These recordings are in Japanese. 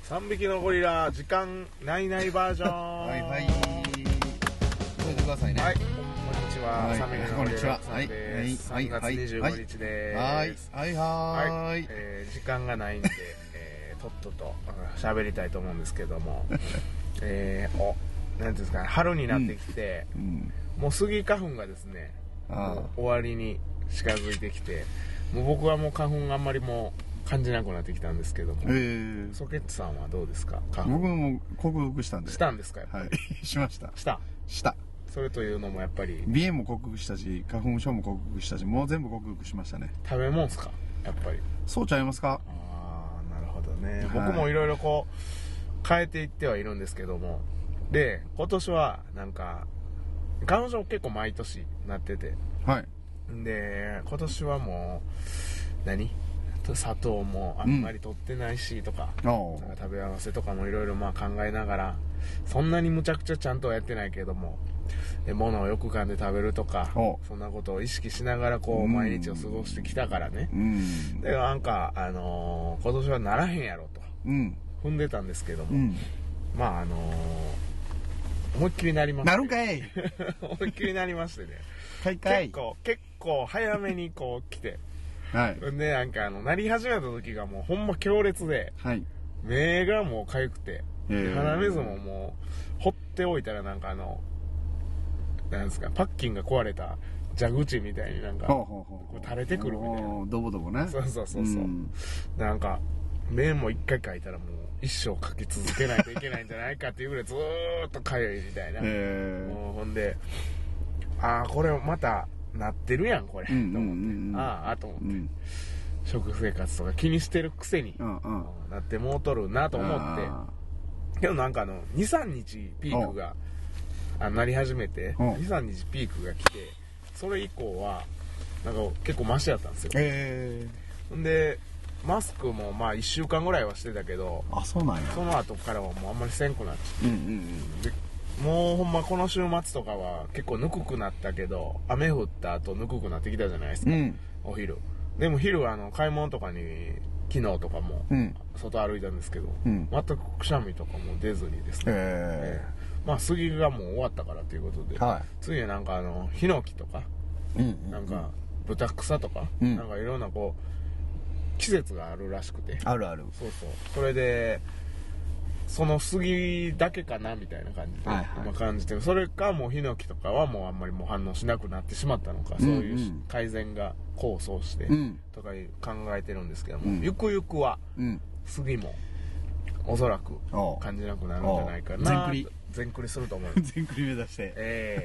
3匹のゴリラ時間ないないバージョン。 はいはい。聞いてくださいね。 はい、こんにちは。 はい 3匹のゴリラさんです。 はい 3月25日です。 はいはい。 時間がないんで、とっとと喋りたいと思うんですけども、なんていうんですかね、春になってきて、もうスギ花粉がですね、もう終わりに近づいてきて、もう僕はもう花粉あんまりもう感じなくなってきたんですけども、ソケッツさんはどうですか？花粉。 僕も克服したんで。 したんですか？やっぱり。 はい、しました。した。 それというのもやっぱり鼻炎も克服したし、花粉症も克服したし、もう全部克服しましたね。 食べ物ですか？やっぱり。 そうちゃいますか？ ああ、なるほどね。 はい、 僕もいろいろこう変えていってはいるんですけども、で今年はなんか花粉症結構毎年なってて、 はい。 で今年はもう砂糖もあんまり取ってないしとか、なんか食べ合わせとかもいろいろまあ考えながら、そんなにむちゃくちゃちゃんとはやってないけども、物をよく噛んで食べるとか、そんなことを意識しながらこう毎日を過ごしてきたからね。でなんか今年はならへんやろと踏んでたんですけども、まあ思いっきりなりまして、 なるんかい思いっきりなりましてね、結構早めにこう来て、 はい。 でなんかなり始めた時がもうほんま強烈で、 はい、 目がもう痒くて、鼻水ももう放っておいたらなんかなんですか、パッキンが壊れた蛇口みたいになんかこう垂れてくるみたいな、 ドボドボね。 そう、なんか麺も一回書いたらもう一生書き続けないといけないんじゃないかっていうぐらいずーっと痒いみたいな、もうほんで、これまたなってるやんこれ、と思って、と思って、食生活とか気にしてるくせに、なってもうとるなと思って、けどなんか23日ピークがなり始めて、23日ピークが来て、それ以降はなんか結構マシだったんですよ。でマスクもまあ1週間ぐらいはしてたけど、 そうなんや。 その後からはもうあんまりせんくなっちゃって、もうほんまこの週末とかは結構ぬくくなったけど、雨降った後ぬくくなってきたじゃないですか、お昼でも昼買い物とかに昨日とかも外歩いたんですけど、全くくしゃみとかも出ずにですね、まあ杉がもう終わったからということで、次はなんかヒノキとか、なんか豚草とか、なんかいろんなこう季節があるらしくて、 ある。 そう、それでその杉だけかなみたいな感じで今感じてる。それかもうヒノキとかはもうあんまりもう反応しなくなってしまったのか、そういう改善が功を奏してとか考えてるんですけども、ゆくゆくは杉もおそらく感じなくなるんじゃないかな。全クリすると思う。 全クリ目指して、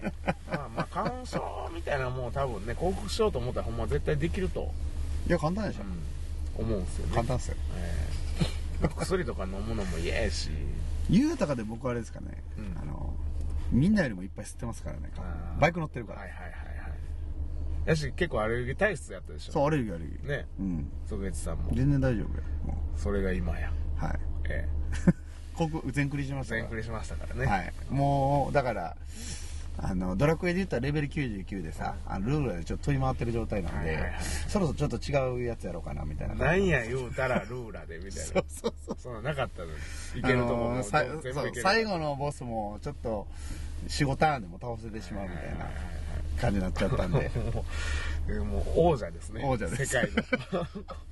まあ花粉症みたいなもう多分ね、克服しようと思ったらほんま絶対できると、 いや簡単でしょ、 思うんですよね。 簡単ですよ。 薬とか飲むのも嫌やし、 夕方で僕はあれですかね、みんなよりもいっぱい吸ってますからね。バイク乗ってるから。やし結構アレルギー体質やったでしょ。そう、アレルギーね。 ソケツさんも全然大丈夫や。 それが今や。 全クリしましたから。 全クリしましたからね。 はい。もうだからドラクエで言ったらレベル99でさ、ルールでちょっと取り回ってる状態なんで、そろそろちょっと違うやつやろうかなみたいな。 なんや言うたらルーラでみたいな。そんななかったのにいけるとこも全部いける。 最後のボスもちょっと4、5ターンでも倒せてしまうみたいな感じになっちゃったんで、 もう王者ですね。 王者です。 世界の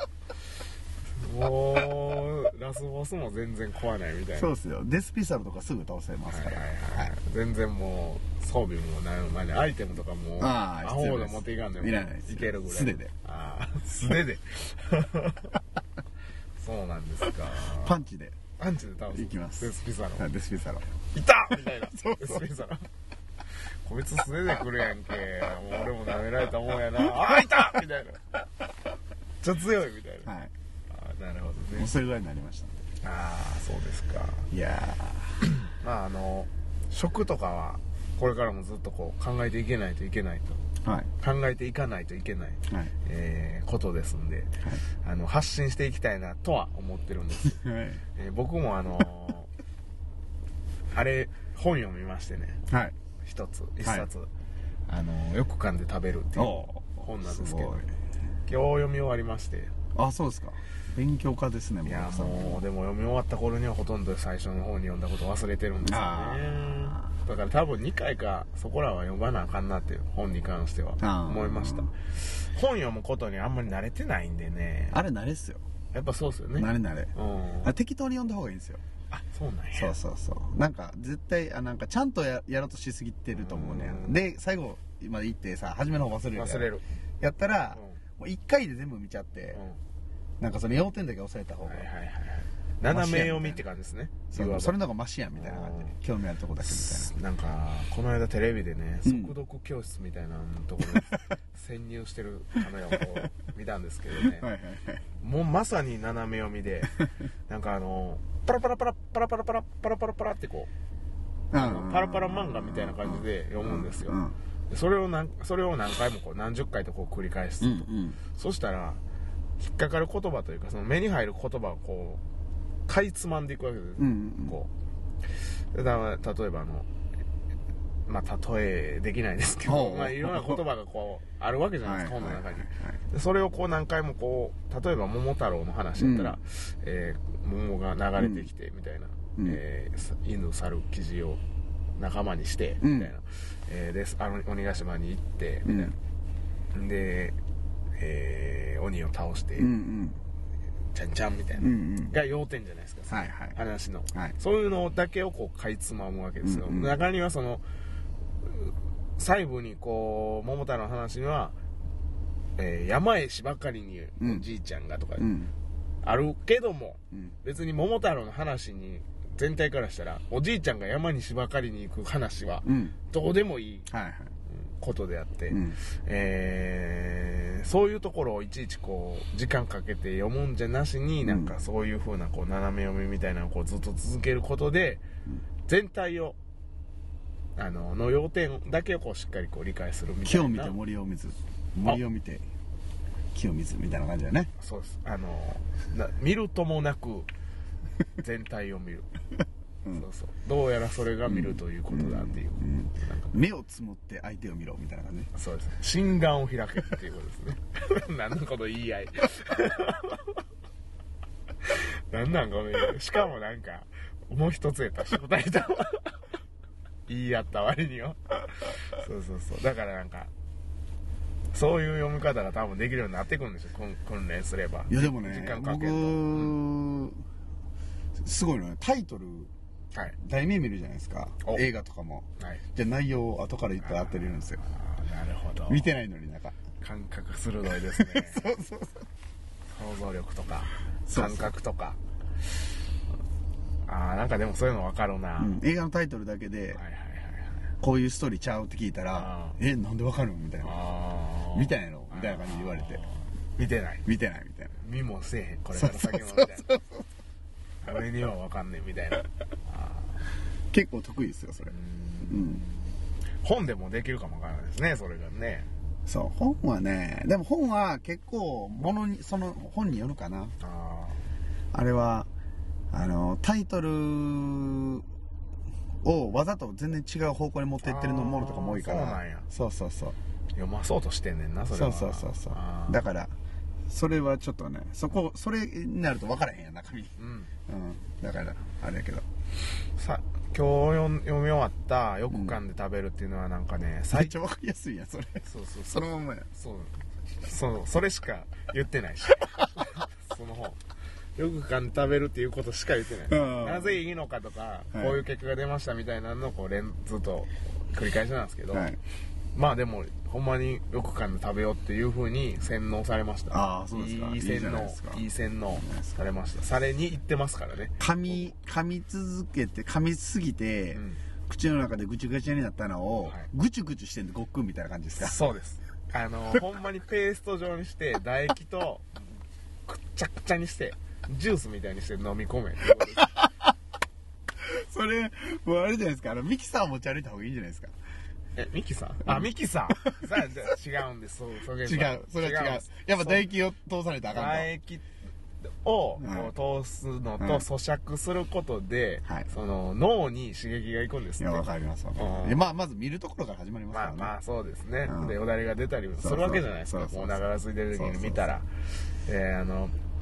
もうラスボスも全然壊ないみたいな。 そうですよ。デスピサルとかすぐ倒せますから。 全然もう装備もないの、アイテムとかもアホほど持っていかんでもいけるぐらい。 素手で。 素手で。そうなんですか。 パンチで倒す。 いきます。 デスピサロ。 いたみたいな。デスピサロ。こいつ素手で来るやんけ。もう俺も舐められたもんやな。いたみたいな。めっちゃ強いみたいな。なるほどね。 もうそれぐらいになりましたんで。 そうですか。 いやまあ食とかはこれからもずっとこう考えていけないといけないと、考えていかないといけない、ことですんで、発信していきたいなとは思ってるんです。僕もあれ本読みましてね、一冊、よく噛んで食べるっていう本なんですけど、今日読み終わりまして。 そうですか。 勉強家ですね。 いやもうでも読み終わった頃にはほとんど最初の方に読んだこと忘れてるんですよね。だから多分2回かそこらは読まなあかんなっていう本に関しては思いました。本読むことにあんまり慣れてないんでね。 あれ慣れっすよ。 やっぱそうっすよね。 慣れ、うん、適当に読んだ方がいいんですよ。 あ、そうなんや。 そうなんか絶対なんかちゃんと やろうとしすぎてると思うね。で最後まで行ってさ、初めの方忘れるやったら、もう1回で全部見ちゃって、なんかその要点だけ押さえた方が斜め読みって感じですね。 それの方がマシやんみたいな感じで、興味あるとこだけみたいな。 なんかこの間テレビでね、速読教室みたいなところに潜入してるカメラをこう見たんですけどねもうまさに斜め読みでなんかパラパラパラパラパラパラパラパラパラってこうパラパラ漫画みたいな感じで読むんですよ。それを何回もこう何十回とこう繰り返すと、そしたら引っかかる言葉というか、その目に入る言葉をこうかいつまんでいくわけです、こう。だから例えばまあ例えできないですけど、まあいろんな言葉がこうあるわけじゃないですか、本の中に。でそれをこう何回もこう、例えば桃太郎の話だったら、桃が流れてきてみたいな、犬猿キジを仲間にしてみたいな、で鬼ヶ島に行ってみたいな、で、鬼を倒して、ちゃんちゃんみたいな、が要点じゃないですか、話の、そういうのだけをこうかいつまむわけですよ。中にはその細部にこう桃太郎の話には、山へしばかりにおじいちゃんがとか、あるけども、別に桃太郎の話に全体からしたらおじいちゃんが山にしばかりに行く話はどうでもいいことであって、そういうところをいちいちこう時間かけて読むんじゃなしに、なんかそういう風なこう斜め読みみたいなのをこうずっと続けることで、全体をの要点だけをこうしっかりこう理解するみたいな。 木を見て森を見ず、森を見て木を見ずみたいな感じだね。 そうです。見るともなく全体を見るそうどうやらそれが見るということだっていう、 目をつむって相手を見ろみたいな感じ。 そうです。心眼を開けっていうことですね何のこと言い合いなんかね、しかもなんかもう一つやったし2人とも言い合った割にはそうだからなんかそういう読み方が多分できるようになってくるんですよ、訓練すれば。 いやでもね、僕、すごいのね、タイトル、題名見るじゃないですか、映画とかも、じゃあ内容を後から言ったら当てれるんですよ。 なるほど。 見てないのになんか感覚鋭いですねそう想像力とか感覚とか、なんかでもそういうの分かるな、 映画のタイトルだけでこういうストーリーちゃうって聞いたら、なんで分かるのみたいな、見たんやろみたいな感じで言われて、見てないみたいな、 見もせえへんこれから先もみたいな、俺には分かんねえみたいな結構得意ですよそれ。 本でもできるかもわからないですね、それがね。 そう本はね、でも本は結構その本によるかな。あれはタイトルをわざと全然違う方向に持っていってるものとかも多いから。 そうなんや。 そう読まそうとしてんねんな、それは。 そうだからそれはちょっとね、それになると分からへんやん、中身。だからあれやけどさ、今日読み終わったよく噛んで食べるっていうのはなんかね、 めっちゃ分かりやすいやんそれ。そのまんまや。 それしか言ってないしその本よく噛んで食べるっていうことしか言ってない。なぜいいのかとか、こういう結果が出ましたみたいなのをこうずっと繰り返しなんですけど、まあでもほんまによく噛んで食べようっていう風に洗脳されました。 そうですか。 いい洗脳されました。されに行ってますからね。 噛み続けて噛みすぎて、口の中でぐちゅぐちゅになったのをぐちゅぐちゅしてんでごっくんみたいな感じですか。 そうです。ほんまにペースト状にして唾液とくっちゃくちゃにしてジュースみたいにして飲み込めってことです。 それもうあれじゃないですか、ミキサー持ち歩いた方がいいんじゃないですか。 ミキさん？ミキさん。違うんです。それは違う。 やっぱ唾液を通さないとあかんと。 唾液を通すのと咀嚼することで、その脳に刺激がいくんですね。 いや、わかります。まず見るところから始まりますからね。 まあそうですね。で、よだれが出たりするわけじゃないですか。お腹が空いてる時に見たら。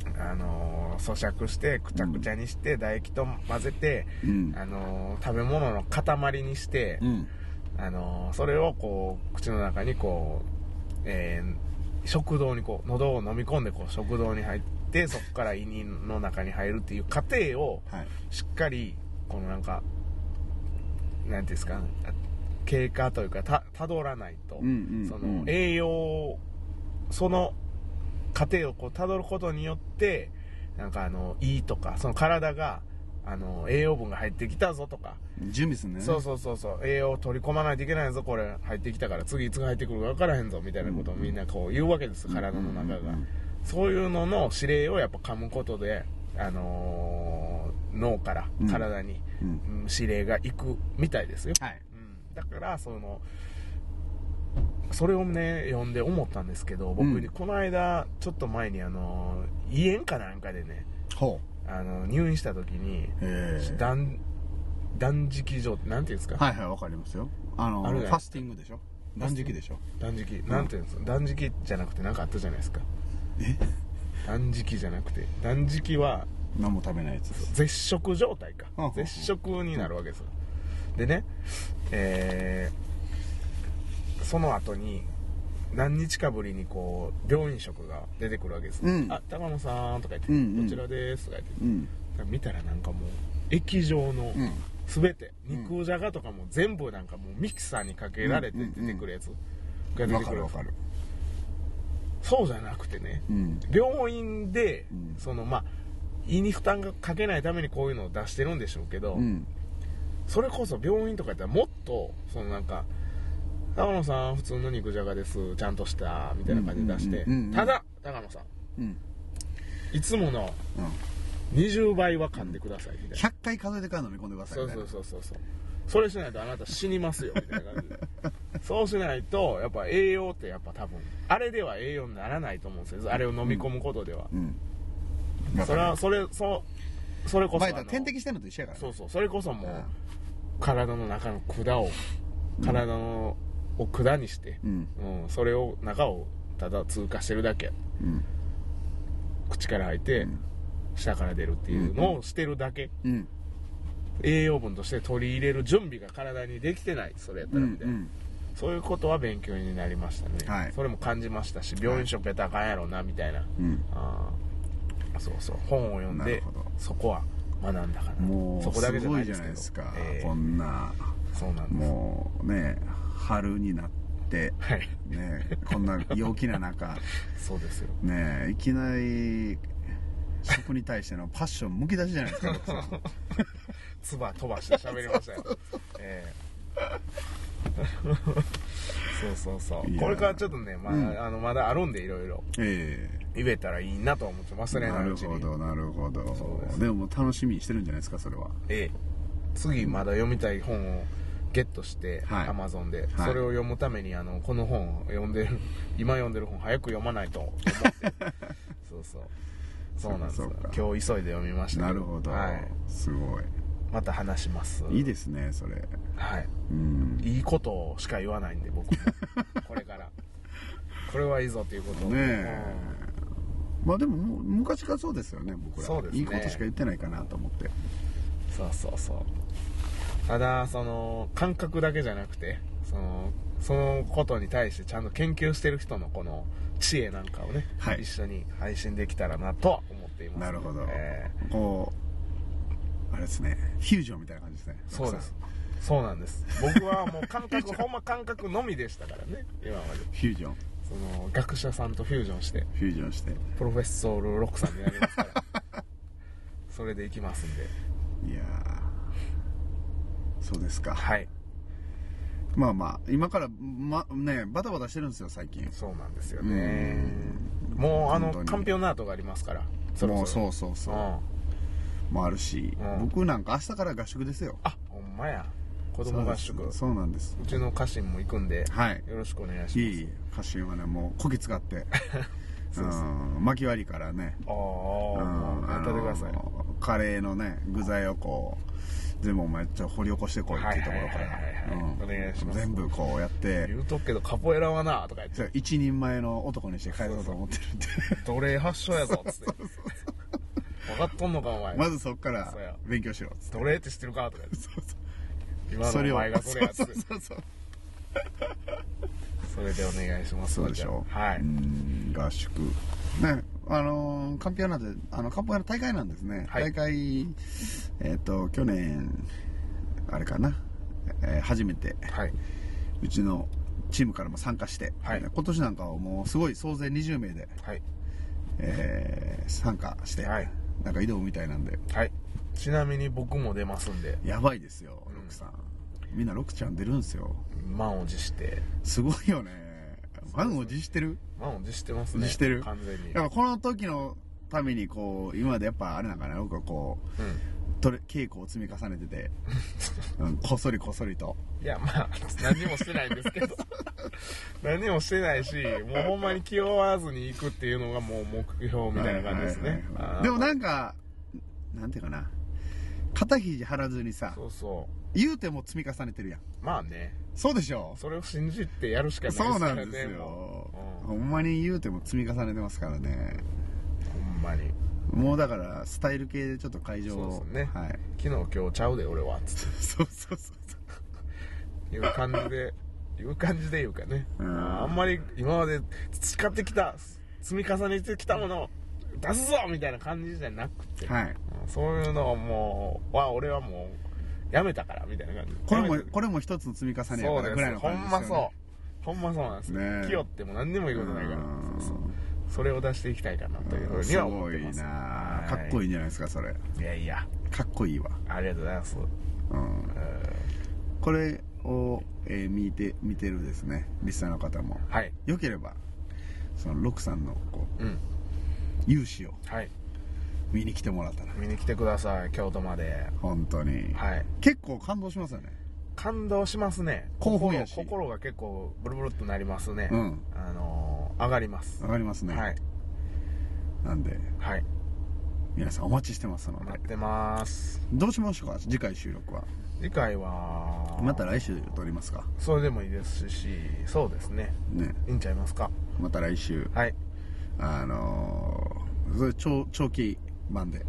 咀嚼してくちゃくちゃにして唾液と混ぜて、食べ物の塊にして、それをこう口の中にこう、食道にこう喉を飲み込んでこう食道に入ってそこから胃の中に入るっていう過程をしっかりこのなんかなんていうんですか経過というかたどらないと、その栄養その過程をこうたどることによってなんか胃とかその体が栄養分が入ってきたぞとか準備するね。 そう栄養を取り込まないといけないぞ、これ入ってきたから次いつが入ってくるか分からへんぞみたいなことをみんなこう言うわけです、体の中が。そういうのの指令をやっぱ噛むことで、脳から体に、指令がいくみたいですよ、だからそれをね読んで思ったんですけど、僕、この間ちょっと前に胃炎かなんかでね、入院した時に断食状ってなんていうんですか。 わかりますよ。ファスティングでしょ。断食でしょ。 断食なんていうんですか。断食じゃなくてなんかあったじゃないですか。断食じゃなくて断食は何も食べないやつです。 絶食状態か。絶食になるわけです。でね、その後に何日かぶりにこう病院食が出てくるわけです、高野さんとか言って、こちらですとか言って、見たらなんかもう液状の全て、肉じゃがとかも全部なんかもうミキサーにかけられて出てくるやつが出てくる。 わかる。 そうじゃなくてね、病院で胃に負担がかけないためにこういうのを出してるんでしょうけど、それこそ病院とかやったらもっとなんか高野さん普通の肉じゃがですちゃんとしたみたいな感じで出して、ただ高野さん、いつもの20倍は噛んでくださいみたいな、 100回数えてから飲み込んでくださいみたいな。 そうそれしないとあなた死にますよみたいな感じでそうしないとやっぱ栄養ってやっぱ多分あれでは栄養にならないと思うんですよ、あれを飲み込むことでは。それこそ点滴してるのと一緒やから、 それこそもう体の中の管を体のを管にして、それを中をただ通過してるだけ、口から吐いて、下から出るっていうのをしてるだけ、栄養分として取り入れる準備が体にできてない、それやったらみたいな、そういうことは勉強になりましたね、それも感じましたし、病院食やったらあかんやろうなみたいな、本を読んでそこは学んだかな。 もうそこだけじゃないですけど、 すごいじゃないですか、こんな。 そうなんです。 もうね春になって、こんな陽気な中そうですよね、いきなり食に対してのパッションむき出しじゃないですか唾飛ばして喋りましたよそうこれからちょっとねまだあるんでいろいろ言えたらいいなと思ってますね。 なるほどでも楽しみにしてるんじゃないですか、それは。 次まだ読みたい本をゲットして、Amazon で、それを読むためにこの本を今読んでる本早く読まないと思ってそうなんですよ。今日急いで読みました。 なるほど、すごい。 また話します。 いいですねそれ。 いいことしか言わないんで僕もこれからこれはいいぞということをでも昔からそうですよね、僕ら。 そうですね、 いいことしか言ってないかなと思って。 ただ感覚だけじゃなくてそのことに対してちゃんと研究してる人のこの知恵なんかをね、一緒に配信できたらなとは思っています。 なるほど、こうあれですね、フュージョンみたいな感じですね。 そうです、そうなんです。僕はもう感覚ほんま感覚のみでしたからね今まで。 フュージョン、 学者さんとフュージョンしてプロフェッソールロックさんになりますからそれでいきますんで。 いやそうですか。 はい。 今からバタバタしてるんですよ最近。 そうなんですよね。もうカンピオナートがありますから。 もうそうもあるし、僕なんか明日から合宿ですよ。 ほんまや、子供合宿。 そうなんです。 うちの家臣も行くんで、よろしくお願いします。家臣はねもうこき使って巻き割りからね、 やっててください。 カレーのね具材をこう全部お前掘り起こしてこいっていうところからお願いします。 全部こうやって言うとくけどカポエラはなとか言って一人前の男にして帰ろうと思ってるんで奴隷発祥やぞっつって分かっとんのかお前まずそっから勉強しろっつって奴隷って知ってるかとか言ってそうそう今のお前がそれやつってそうそれでお願いします。 そうでしょ。 はい。 合宿ね、カンピオナでカンピオナ大会なんですね。大会去年あれかな、初めて、うちのチームからも参加して、今年なんかはもうすごい総勢20名で、参加して、なんか挑むみたいなんで、 ちなみに僕も出ますんで。 やばいですよ、ロクさん。みんなロクちゃん出るんですよ。 満を持してすごいよね。満を持してる。 満を持してますね。 持してる完全に。 やっぱこの時のためにこう今までやっぱあれなんかな、僕はこう、稽古を積み重ねててこっそりこっそりと。 いやまあ何もしてないんですけど何もしてないし、もうほんまに気負わずに行くっていうのがもう目標みたいな感じですね。 でもなんかなんていうかな、肩肘張らずにさ、言うても積み重ねてるやん。 まあね。 そうでしょ。 それを信じてやるしかないですからね。 そうなんですよ。ほんまに言うても積み重ねてますからね。 ほんまに。 もうだからスタイル系でちょっと会場を。 そうですね。昨日今日ちゃうで俺はつって。 そういう感じで言うかね。あんまり今まで培ってきた積み重ねてきたものを出すぞみたいな感じじゃなくて、そういうのをもう俺はもうやめたからみたいな感じ。 これも一つの積み重ねやからぐらいの感じですよね。 ほんまそうなんですね。気負っても何にもいいことないから、それを出していきたいかなというふうには思ってます。 すごいな、かっこいいんじゃないですかそれ。 いやかっこいいわ。 ありがとうございます。 これを見てるですねリスナーの方も、よければそのロクさんのこう勇姿を見に来てもらったら。 見に来てください、京都まで。 本当に結構感動しますよね。 感動しますね。心が結構ブルブルっとなりますね。上がりますね。なんで皆さんお待ちしてますので。待ってます。 どうしましょうか次回収録は。 次回はまた来週撮りますか。 それでもいいですし、そうですね、いいんちゃいますか。 また来週それ長期版で、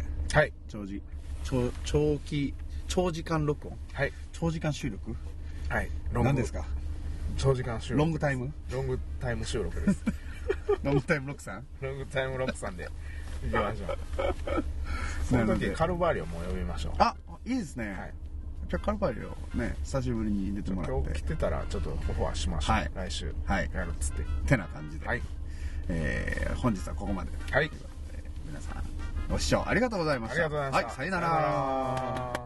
長時間録音、長時間収録、何ですか。 長時間収録。 ロングタイム収録ですロングタイムロクさんロングタイムロックさんで行きましょうその時カルバーリョも呼びましょう。 いいですね。じゃあカルバーリョね、久しぶりに出てもらって、 今日来てたらちょっとオファーしましょう。来週やるっつっててな感じで、本日はここまで。皆さんご視聴ありがとうございました。 さよなら。